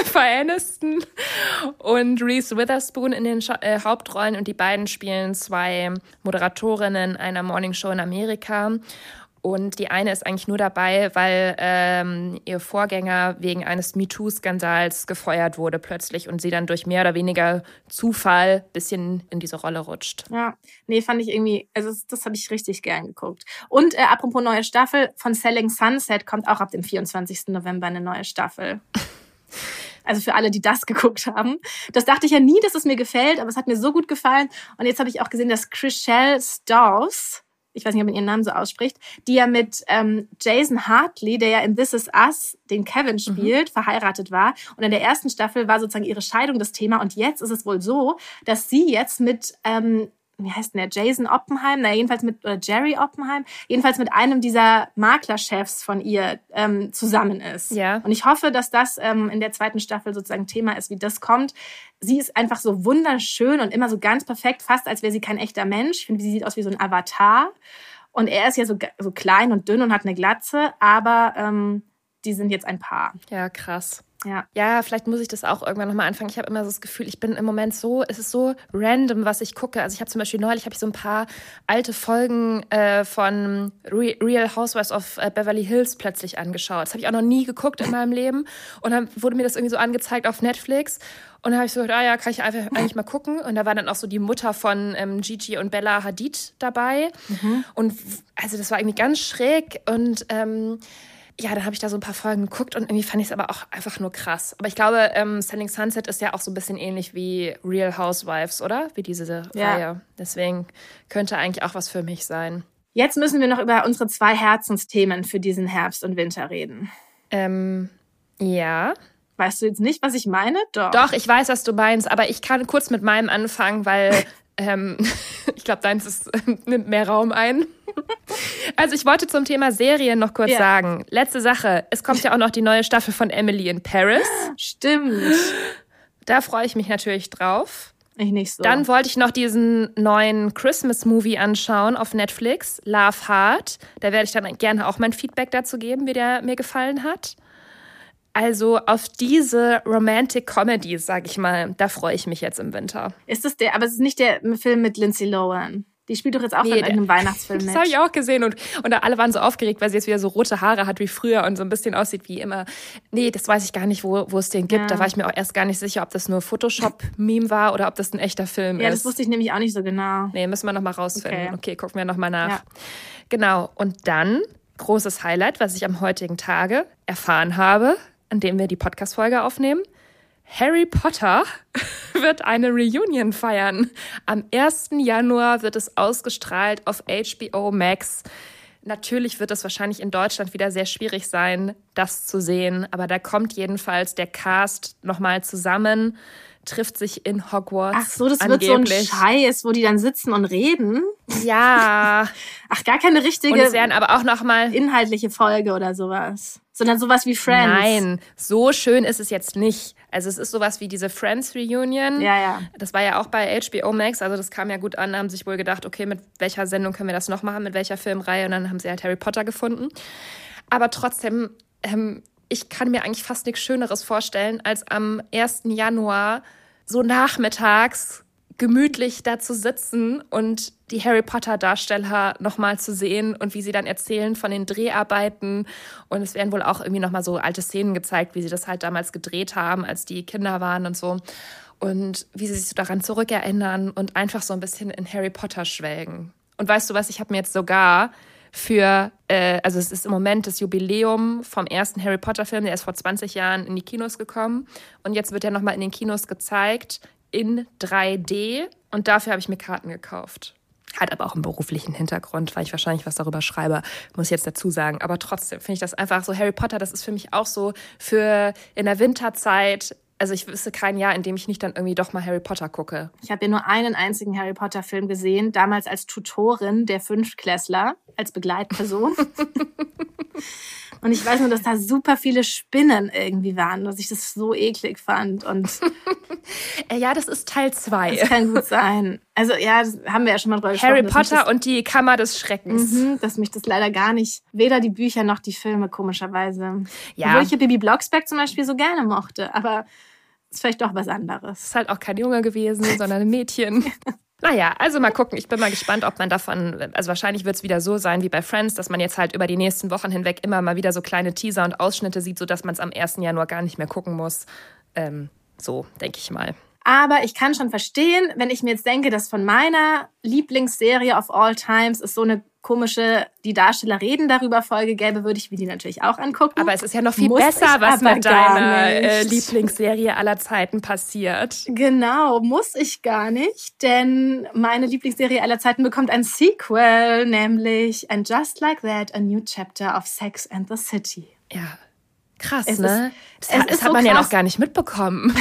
und Reese Witherspoon in den Hauptrollen, und die beiden spielen 2 Moderatorinnen einer Morningshow in Amerika. Und die eine ist eigentlich nur dabei, weil ihr Vorgänger wegen eines MeToo-Skandals gefeuert wurde plötzlich und sie dann durch mehr oder weniger Zufall ein bisschen in diese Rolle rutscht. Ja, nee, fand ich irgendwie, also das habe ich richtig gern geguckt. Und apropos neue Staffel, von Selling Sunset kommt auch ab dem 24. November eine neue Staffel. Also für alle, die das geguckt haben. Das dachte ich ja nie, dass es mir gefällt, aber es hat mir so gut gefallen. Und jetzt habe ich auch gesehen, dass Chrishell Stause, ich weiß nicht, ob man ihren Namen so ausspricht, die ja mit Jason Hartley, der ja in This Is Us den Kevin spielt, verheiratet war. Und in der ersten Staffel war sozusagen ihre Scheidung das Thema. Und jetzt ist es wohl so, dass sie jetzt mit, wie heißt denn der, Jason Oppenheim? Oder Jerry Oppenheim, jedenfalls mit einem dieser Maklerchefs von ihr zusammen ist. Ja. Und ich hoffe, dass das in der zweiten Staffel sozusagen Thema ist, wie das kommt. Sie ist einfach so wunderschön und immer so ganz perfekt, fast als wäre sie kein echter Mensch. Ich finde, sie sieht aus wie so ein Avatar. Und er ist ja so klein und dünn und hat eine Glatze, aber die sind jetzt ein Paar. Ja, krass. Ja, vielleicht muss ich das auch irgendwann nochmal anfangen. Ich habe immer so das Gefühl, ich bin im Moment so, es ist so random, was ich gucke. Also ich habe zum Beispiel neulich so ein paar alte Folgen von Real Housewives of Beverly Hills plötzlich angeschaut. Das habe ich auch noch nie geguckt in meinem Leben. Und dann wurde mir das irgendwie so angezeigt auf Netflix. Und dann habe ich so gedacht, ja, kann ich einfach eigentlich mal gucken. Und da war dann auch so die Mutter von Gigi und Bella Hadid dabei. Und also das war irgendwie ganz schräg. Und ja, dann habe ich da so ein paar Folgen geguckt und irgendwie fand ich es aber auch einfach nur krass. Aber ich glaube, Selling Sunset ist ja auch so ein bisschen ähnlich wie Real Housewives, oder? Wie diese Reihe. Deswegen könnte eigentlich auch was für mich sein. Jetzt müssen wir noch über unsere 2 Herzensthemen für diesen Herbst und Winter reden. Ja. Weißt du jetzt nicht, was ich meine? Doch, ich weiß, was du meinst, aber ich kann kurz mit meinem anfangen, weil ich glaube, deins nimmt mehr Raum ein. Also ich wollte zum Thema Serien noch kurz sagen. Letzte Sache, es kommt ja auch noch die neue Staffel von Emily in Paris. Stimmt. Da freue ich mich natürlich drauf. Ich nicht so. Dann wollte ich noch diesen neuen Christmas-Movie anschauen auf Netflix, Love Hard. Da werde ich dann gerne auch mein Feedback dazu geben, wie der mir gefallen hat. Also auf diese Romantic Comedy, sag ich mal, da freue ich mich jetzt im Winter. Ist das aber es ist nicht der Film mit Lindsay Lohan. Die spielt doch jetzt auch in irgendeinem Weihnachtsfilm mit. Das habe ich auch gesehen und alle waren so aufgeregt, weil sie jetzt wieder so rote Haare hat wie früher und so ein bisschen aussieht wie immer. Nee, das weiß ich gar nicht, wo es den gibt. Da war ich mir auch erst gar nicht sicher, ob das nur Photoshop-Meme war oder ob das ein echter Film ist. Ja, das wusste ich nämlich auch nicht so genau. Nee, müssen wir nochmal rausfinden. Okay, gucken wir nochmal nach. Ja. Genau, und dann, großes Highlight, was ich am heutigen Tage erfahren habe, an dem wir die Podcast-Folge aufnehmen. Harry Potter wird eine Reunion feiern. Am 1. Januar wird es ausgestrahlt auf HBO Max. Natürlich wird es wahrscheinlich in Deutschland wieder sehr schwierig sein, das zu sehen. Aber da kommt jedenfalls der Cast nochmal zusammen, trifft sich in Hogwarts. Ach so, das angeblich. Wird so ein Scheiß, wo die dann sitzen und reden? Ja. Ach, gar keine richtige und es werden aber auch noch mal inhaltliche Folge oder sowas. Sondern sowas wie Friends. Nein, so schön ist es jetzt nicht. Also es ist sowas wie diese Friends-Reunion. Ja. Das war ja auch bei HBO Max, also das kam ja gut an, haben sich wohl gedacht, okay, mit welcher Sendung können wir das noch machen, mit welcher Filmreihe? Und dann haben sie halt Harry Potter gefunden. Aber trotzdem, ich kann mir eigentlich fast nichts Schöneres vorstellen, als am 1. Januar so nachmittags gemütlich da zu sitzen und die Harry Potter-Darsteller nochmal zu sehen und wie sie dann erzählen von den Dreharbeiten. Und es werden wohl auch irgendwie nochmal so alte Szenen gezeigt, wie sie das halt damals gedreht haben, als die Kinder waren und so. Und wie sie sich so daran zurückerinnern und einfach so ein bisschen in Harry Potter schwelgen. Und weißt du was, ich habe mir jetzt sogar also es ist im Moment das Jubiläum vom ersten Harry Potter-Film, der ist vor 20 Jahren in die Kinos gekommen. Und jetzt wird er nochmal in den Kinos gezeigt, in 3D. Und dafür habe ich mir Karten gekauft. Hat aber auch einen beruflichen Hintergrund, weil ich wahrscheinlich was darüber schreibe, muss ich jetzt dazu sagen. Aber trotzdem finde ich das einfach so, Harry Potter, das ist für mich auch so für in der Winterzeit. Also ich wüsste kein Jahr, in dem ich nicht dann irgendwie doch mal Harry Potter gucke. Ich habe ja nur einen einzigen Harry Potter-Film gesehen, damals als Tutorin der Fünftklässler, als Begleitperson. Und ich weiß nur, dass da super viele Spinnen irgendwie waren, dass ich das so eklig fand. Und ja, das ist Teil 2. Das kann gut sein. Also ja, das haben wir ja schon mal drüber gesprochen. Harry Potter und die Kammer des Schreckens. Dass mich das leider gar nicht, weder die Bücher noch die Filme, komischerweise. Ja. Obwohl ich ja Bibi Blocksberg zum Beispiel so gerne mochte, aber ist vielleicht doch was anderes. Ist halt auch kein Junge gewesen, sondern ein Mädchen. Naja, also mal gucken. Ich bin mal gespannt, ob man davon, also wahrscheinlich wird es wieder so sein wie bei Friends, dass man jetzt halt über die nächsten Wochen hinweg immer mal wieder so kleine Teaser und Ausschnitte sieht, sodass man es am 1. Januar gar nicht mehr gucken muss. So, denke ich mal. Aber ich kann schon verstehen, wenn ich mir jetzt denke, dass von meiner Lieblingsserie of all times es so eine komische, die Darsteller reden darüber Folge gäbe, würde ich mir die natürlich auch angucken. Aber es ist ja noch viel besser, was mit deiner Lieblingsserie aller Zeiten passiert. Genau, muss ich gar nicht, denn meine Lieblingsserie aller Zeiten bekommt ein Sequel, nämlich And Just Like That, a New Chapter of Sex and the City. Ja, krass, ne? Das hat man ja noch gar nicht mitbekommen.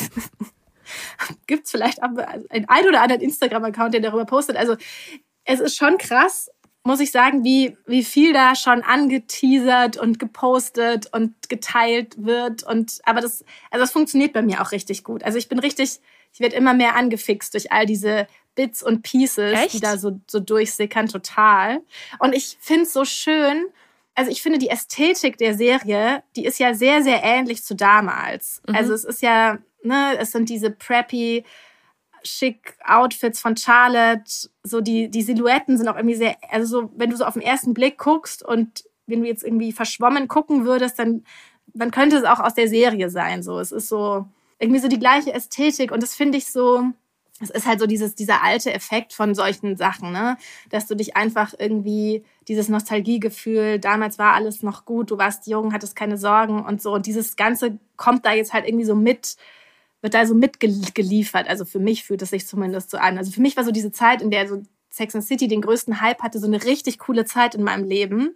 Gibt es vielleicht einen oder anderen Instagram-Account, der darüber postet. Also es ist schon krass, muss ich sagen, wie viel da schon angeteasert und gepostet und geteilt wird. Aber das funktioniert bei mir auch richtig gut. Also ich werde immer mehr angefixt durch all diese Bits und Pieces, die da so durchsickern, total. Und ich finde es so schön, also ich finde, die Ästhetik der Serie, die ist ja sehr, sehr ähnlich zu damals. Also es ist ja, ne, es sind diese preppy, schick Outfits von Charlotte, so die Silhouetten sind auch irgendwie sehr, also so, wenn du so auf den ersten Blick guckst und wenn du jetzt irgendwie verschwommen gucken würdest, dann könnte es auch aus der Serie sein. So, es ist so irgendwie so die gleiche Ästhetik und das finde ich so, es ist halt so dieser alte Effekt von solchen Sachen, ne? Dass du dich einfach irgendwie, dieses Nostalgiegefühl, damals war alles noch gut, du warst jung, hattest keine Sorgen und so. Und dieses Ganze kommt da jetzt halt irgendwie so mit, wird da so mitgeliefert. Also für mich fühlt es sich zumindest so an. Also für mich war so diese Zeit, in der so Sex and the City den größten Hype hatte, so eine richtig coole Zeit in meinem Leben.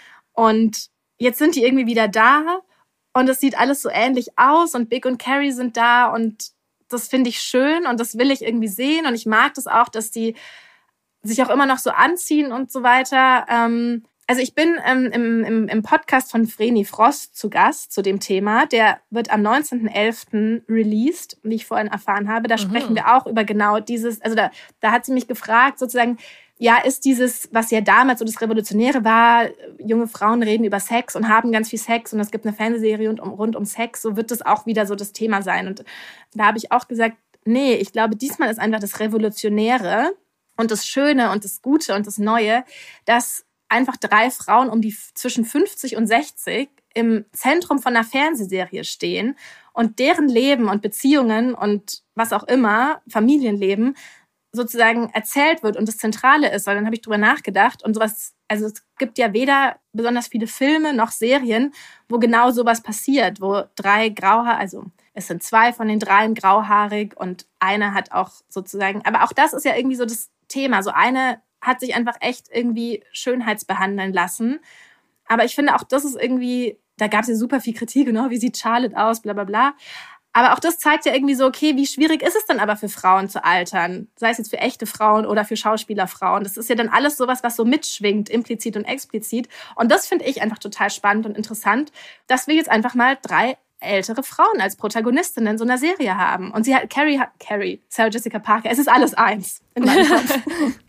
Und jetzt sind die irgendwie wieder da und es sieht alles so ähnlich aus und Big und Carrie sind da und das finde ich schön und das will ich irgendwie sehen und ich mag das auch, dass die sich auch immer noch so anziehen und so weiter. Also ich bin im Podcast von Vreni Frost zu Gast zu dem Thema. Der wird am 19.11. released, wie ich vorhin erfahren habe. Da sprechen wir auch über genau dieses, also da hat sie mich gefragt sozusagen, ja, ist dieses, was ja damals so das Revolutionäre war, junge Frauen reden über Sex und haben ganz viel Sex und es gibt eine Fernsehserie rund um Sex, so wird das auch wieder so das Thema sein. Und da habe ich auch gesagt, nee, ich glaube, diesmal ist einfach das Revolutionäre und das Schöne und das Gute und das Neue, dass einfach 3 Frauen zwischen 50 und 60 im Zentrum von einer Fernsehserie stehen und deren Leben und Beziehungen und was auch immer, Familienleben, sozusagen erzählt wird und das Zentrale ist, weil dann habe ich drüber nachgedacht und sowas, also es gibt ja weder besonders viele Filme noch Serien, wo genau sowas passiert, wo 3 also es sind 2 von den 3 grauhaarig und eine hat auch sozusagen, aber auch das ist ja irgendwie so das Thema, so eine hat sich einfach echt irgendwie schönheitsbehandeln lassen, aber ich finde auch das ist irgendwie, da gab es ja super viel Kritik, genau, wie sieht Charlotte aus, bla bla bla. Aber auch das zeigt ja irgendwie so, okay, wie schwierig ist es dann aber für Frauen zu altern? Sei es jetzt für echte Frauen oder für Schauspielerfrauen. Das ist ja dann alles sowas, was so mitschwingt, implizit und explizit. Und das finde ich einfach total spannend und interessant, dass wir jetzt einfach mal 3 ältere Frauen als Protagonistinnen in so einer Serie haben. Und Carrie, Sarah Jessica Parker, es ist alles eins in meinem Kopf.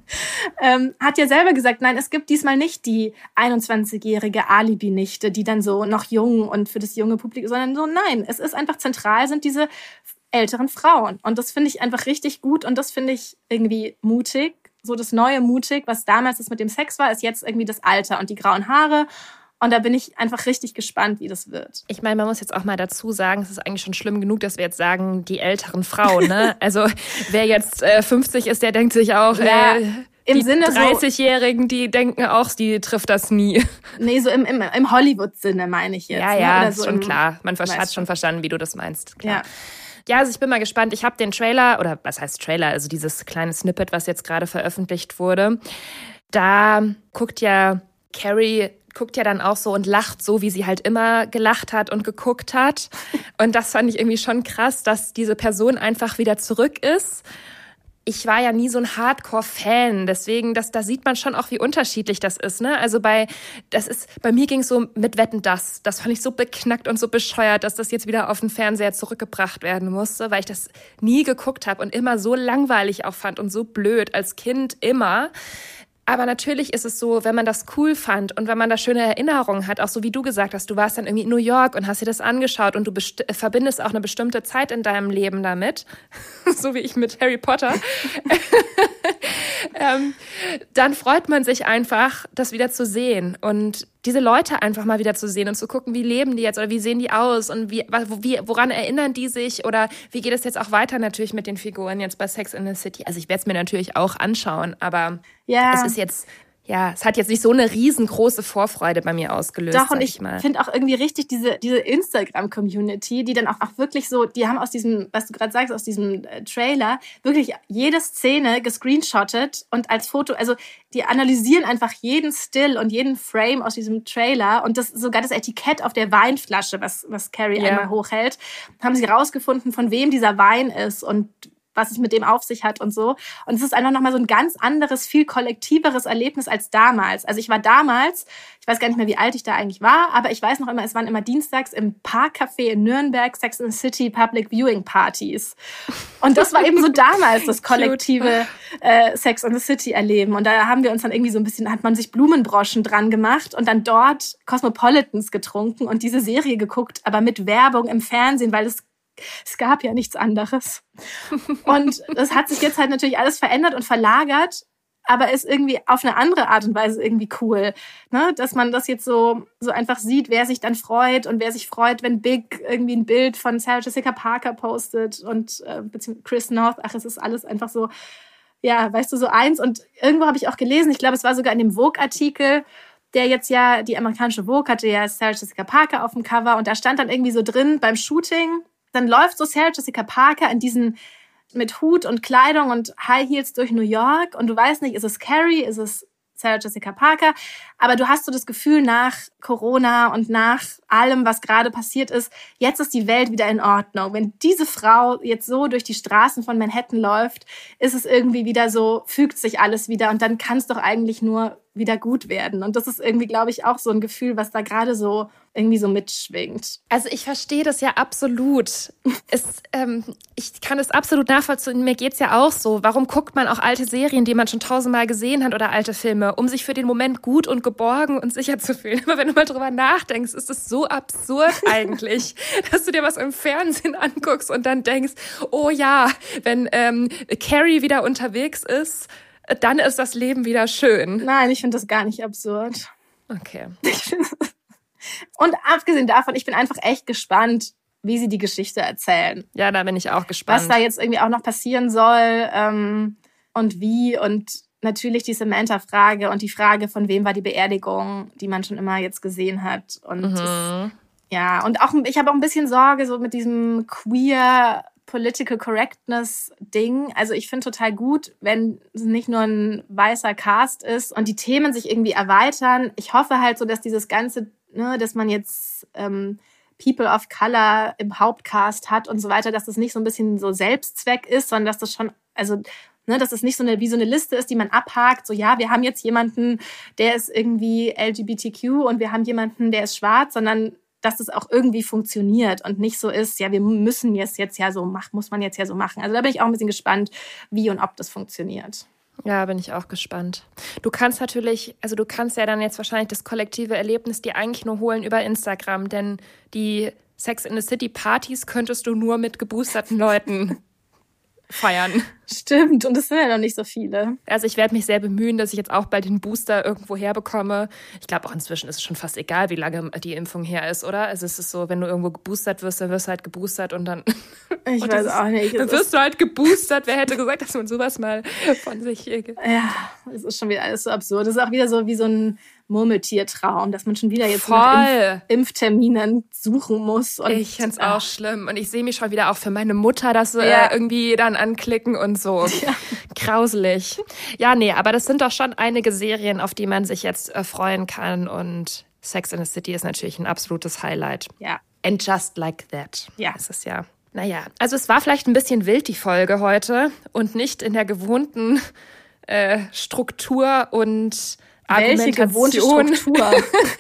Hat ja selber gesagt, nein, es gibt diesmal nicht die 21-jährige Alibi-Nichte, die dann so noch jung und für das junge Publikum, sondern so, nein, es ist einfach zentral, sind diese älteren Frauen. Und das finde ich einfach richtig gut und das finde ich irgendwie mutig. So das neue mutig, was damals das mit dem Sex war, ist jetzt irgendwie das Alter und die grauen Haare. Und da bin ich einfach richtig gespannt, wie das wird. Ich meine, man muss jetzt auch mal dazu sagen, es ist eigentlich schon schlimm genug, dass wir jetzt sagen, die älteren Frauen, ne? Also wer jetzt 50 ist, der denkt sich auch, ja, im die Sinne 30-Jährigen, die denken auch, die trifft das nie. Nee, so im Hollywood-Sinne meine ich jetzt. Ja, ne? ja, Oder ist so schon klar. Man hat schon verstanden, wie du das meinst. Klar. Ja. Ja, also ich bin mal gespannt. Ich habe den Trailer, oder was heißt Trailer, also dieses kleine Snippet, was jetzt gerade veröffentlicht wurde. Da guckt ja Carrie dann auch so und lacht so, wie sie halt immer gelacht hat und geguckt hat. Und das fand ich irgendwie schon krass, dass diese Person einfach wieder zurück ist. Ich war ja nie so ein Hardcore-Fan, deswegen, da sieht man schon auch, wie unterschiedlich das ist, ne? Also bei mir ging es so mit Wetten, das fand ich so beknackt und so bescheuert, dass das jetzt wieder auf den Fernseher zurückgebracht werden musste, weil ich das nie geguckt habe und immer so langweilig auch fand und so blöd, als Kind immer. Aber natürlich ist es so, wenn man das cool fand und wenn man da schöne Erinnerungen hat, auch so wie du gesagt hast, du warst dann irgendwie in New York und hast dir das angeschaut und du verbindest auch eine bestimmte Zeit in deinem Leben damit, so wie ich mit Harry Potter, dann freut man sich einfach, das wieder zu sehen und diese Leute einfach mal wieder zu sehen und zu gucken, wie leben die jetzt oder wie sehen die aus und woran erinnern die sich oder wie geht es jetzt auch weiter natürlich mit den Figuren jetzt bei Sex and the City. Also ich werde es mir natürlich auch anschauen, aber es ist jetzt, ja, es hat jetzt nicht so eine riesengroße Vorfreude bei mir ausgelöst. Doch, und ich finde auch irgendwie richtig diese Instagram-Community, die dann auch wirklich so, die haben aus diesem, was du gerade sagst, aus diesem Trailer, wirklich jede Szene gescreenshottet und als Foto, also die analysieren einfach jeden Still und jeden Frame aus diesem Trailer und sogar das Etikett auf der Weinflasche, was Carrie einmal hochhält, haben sie rausgefunden, von wem dieser Wein ist und was es mit dem auf sich hat und so. Und es ist einfach nochmal so ein ganz anderes, viel kollektiveres Erlebnis als damals. Also ich war damals, ich weiß gar nicht mehr, wie alt ich da eigentlich war, aber ich weiß noch immer, es waren immer dienstags im Parkcafé in Nürnberg Sex and the City Public Viewing Partys. Und das war eben so damals das kollektive Sex and the City erleben. Und da haben wir uns dann irgendwie so ein bisschen, hat man sich Blumenbroschen dran gemacht und dann dort Cosmopolitans getrunken und diese Serie geguckt, aber mit Werbung im Fernsehen, weil es gab ja nichts anderes. Und das hat sich jetzt halt natürlich alles verändert und verlagert, aber ist irgendwie auf eine andere Art und Weise irgendwie cool, ne? Dass man das jetzt so einfach sieht, wer sich dann freut und wer sich freut, wenn Big irgendwie ein Bild von Sarah Jessica Parker postet und beziehungsweise Chris North. Ach, es ist alles einfach so, ja, weißt du, so eins. Und irgendwo habe ich auch gelesen, ich glaube, es war sogar in dem Vogue-Artikel, der jetzt ja, die amerikanische Vogue hatte ja Sarah Jessica Parker auf dem Cover und da stand dann irgendwie so drin beim Shooting, dann läuft so Sarah Jessica Parker in diesen mit Hut und Kleidung und High Heels durch New York und du weißt nicht, ist es Carrie, ist es Sarah Jessica Parker, aber du hast so das Gefühl nach Corona und nach allem, was gerade passiert ist, jetzt ist die Welt wieder in Ordnung. Wenn diese Frau jetzt so durch die Straßen von Manhattan läuft, ist es irgendwie wieder so, fügt sich alles wieder und dann kann es doch eigentlich nur wieder gut werden. Und das ist irgendwie, glaube ich, auch so ein Gefühl, was da gerade so irgendwie so mitschwingt. Also ich verstehe das ja absolut. Ich kann es absolut nachvollziehen. Mir geht's ja auch so. Warum guckt man auch alte Serien, die man schon 1000-mal gesehen hat oder alte Filme, um sich für den Moment gut und geborgen und sicher zu fühlen? Aber wenn du mal drüber nachdenkst, ist es so absurd eigentlich, dass du dir was im Fernsehen anguckst und dann denkst, oh ja, wenn Carrie wieder unterwegs ist, dann ist das Leben wieder schön. Nein, ich finde das gar nicht absurd. Okay. Und abgesehen davon, ich bin einfach echt gespannt, wie sie die Geschichte erzählen. Ja, da bin ich auch gespannt. Was da jetzt irgendwie auch noch passieren soll und wie. Und natürlich die Samantha-Frage und die Frage, von wem war die Beerdigung, die man schon immer jetzt gesehen hat. Und ja, und auch ich habe auch ein bisschen Sorge so mit diesem queer Political Correctness Ding. Also ich finde total gut, wenn es nicht nur ein weißer Cast ist und die Themen sich irgendwie erweitern. Ich hoffe halt so, dass dieses ganze, ne, dass man jetzt People of Color im Hauptcast hat und so weiter, dass das nicht so ein bisschen so Selbstzweck ist, sondern dass das schon, also dass es nicht so wie so eine Liste ist, die man abhakt. So, ja, wir haben jetzt jemanden, der ist irgendwie LGBTQ und wir haben jemanden, der ist schwarz, sondern dass das auch irgendwie funktioniert und nicht so ist, ja, wir müssen jetzt ja so machen, muss man jetzt ja so machen. Also da bin ich auch ein bisschen gespannt, wie und ob das funktioniert. Ja, bin ich auch gespannt. Du kannst ja dann jetzt wahrscheinlich das kollektive Erlebnis dir eigentlich nur holen über Instagram, denn die Sex in the City Partys könntest du nur mit geboosterten Leuten feiern. Stimmt, und es sind ja noch nicht so viele. Also ich werde mich sehr bemühen, dass ich jetzt auch bald den Booster irgendwo herbekomme. Ich glaube auch inzwischen ist es schon fast egal, wie lange die Impfung her ist, oder? Also es ist so, wenn du irgendwo geboostert wirst, dann wirst du halt geboostert und dann... Ich weiß auch nicht. Dann wirst du halt geboostert. Wer hätte gesagt, dass man sowas mal von sich... Ja, es ist schon wieder alles so absurd. Es ist auch wieder so wie so ein Murmeltiertraum, dass man schon wieder jetzt nach Impfterminen suchen muss. Und, ich find's auch schlimm. Und ich sehe mich schon wieder auch für meine Mutter, das irgendwie dann anklicken und so. Ja. Grauselig. Ja, nee, aber das sind doch schon einige Serien, auf die man sich jetzt freuen kann. Und Sex in the City ist natürlich ein absolutes Highlight. Ja. And just like that. Ja. Das ist ja... Naja, also es war vielleicht ein bisschen wild, die Folge heute. Und nicht in der gewohnten Struktur und Argumentation. Welche gewohnte Struktur?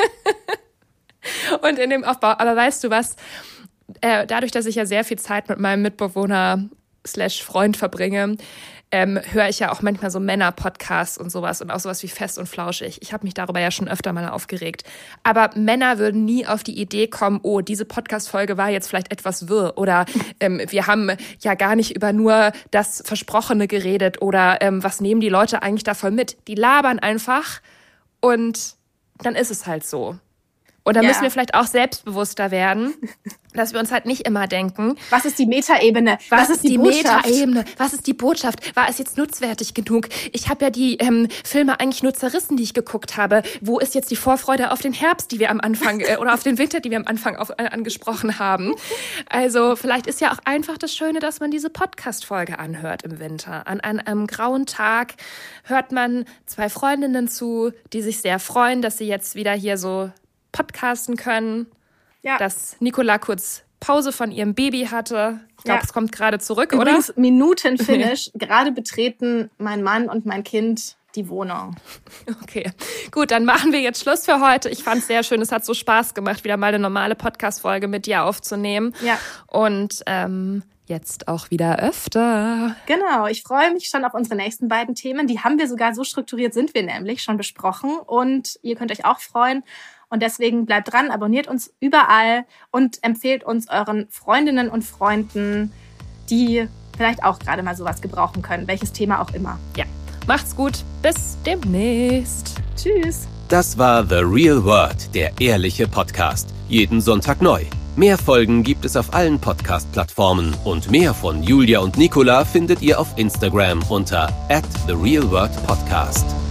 Und in dem Aufbau. Aber weißt du was? Dadurch, dass ich ja sehr viel Zeit mit meinem Mitbewohner /Freund verbringe, höre ich ja auch manchmal so Männer-Podcasts und sowas und auch sowas wie Fest und Flauschig. Ich habe mich darüber ja schon öfter mal aufgeregt. Aber Männer würden nie auf die Idee kommen, oh, diese Podcast-Folge war jetzt vielleicht etwas wirr oder wir haben ja gar nicht über nur das Versprochene geredet oder was nehmen die Leute eigentlich davon mit? Die labern einfach und dann ist es halt so. Und da müssen wir vielleicht auch selbstbewusster werden, dass wir uns halt nicht immer denken. Was ist die Metaebene? Was ist die Metaebene? Was ist die Botschaft? War es jetzt nutzwertig genug? Ich habe ja die Filme eigentlich nur zerrissen, die ich geguckt habe. Wo ist jetzt die Vorfreude auf den Herbst, die wir am Anfang oder auf den Winter, die wir am Anfang angesprochen haben? Also vielleicht ist ja auch einfach das Schöne, dass man diese Podcast-Folge anhört im Winter. An einem grauen Tag hört man 2 Freundinnen zu, die sich sehr freuen, dass sie jetzt wieder hier so podcasten können, dass Nicola kurz Pause von ihrem Baby hatte. Ich glaube, es kommt gerade zurück, Übrigens, oder? Minutenfinish. Gerade betreten mein Mann und mein Kind die Wohnung. Okay, gut, dann machen wir jetzt Schluss für heute. Ich fand es sehr schön, es hat so Spaß gemacht, wieder mal eine normale Podcast-Folge mit dir aufzunehmen. Ja. Und jetzt auch wieder öfter. Genau, ich freue mich schon auf unsere nächsten beiden Themen. Die haben wir sogar, so strukturiert sind wir nämlich, schon besprochen. Und ihr könnt euch auch freuen. Und deswegen bleibt dran, abonniert uns überall und empfehlt uns euren Freundinnen und Freunden, die vielleicht auch gerade mal sowas gebrauchen können, welches Thema auch immer. Ja, macht's gut, bis demnächst. Tschüss. Das war The Real World, der ehrliche Podcast. Jeden Sonntag neu. Mehr Folgen gibt es auf allen Podcast-Plattformen und mehr von Julia und Nicola findet ihr auf Instagram unter @TheRealWorldPodcast.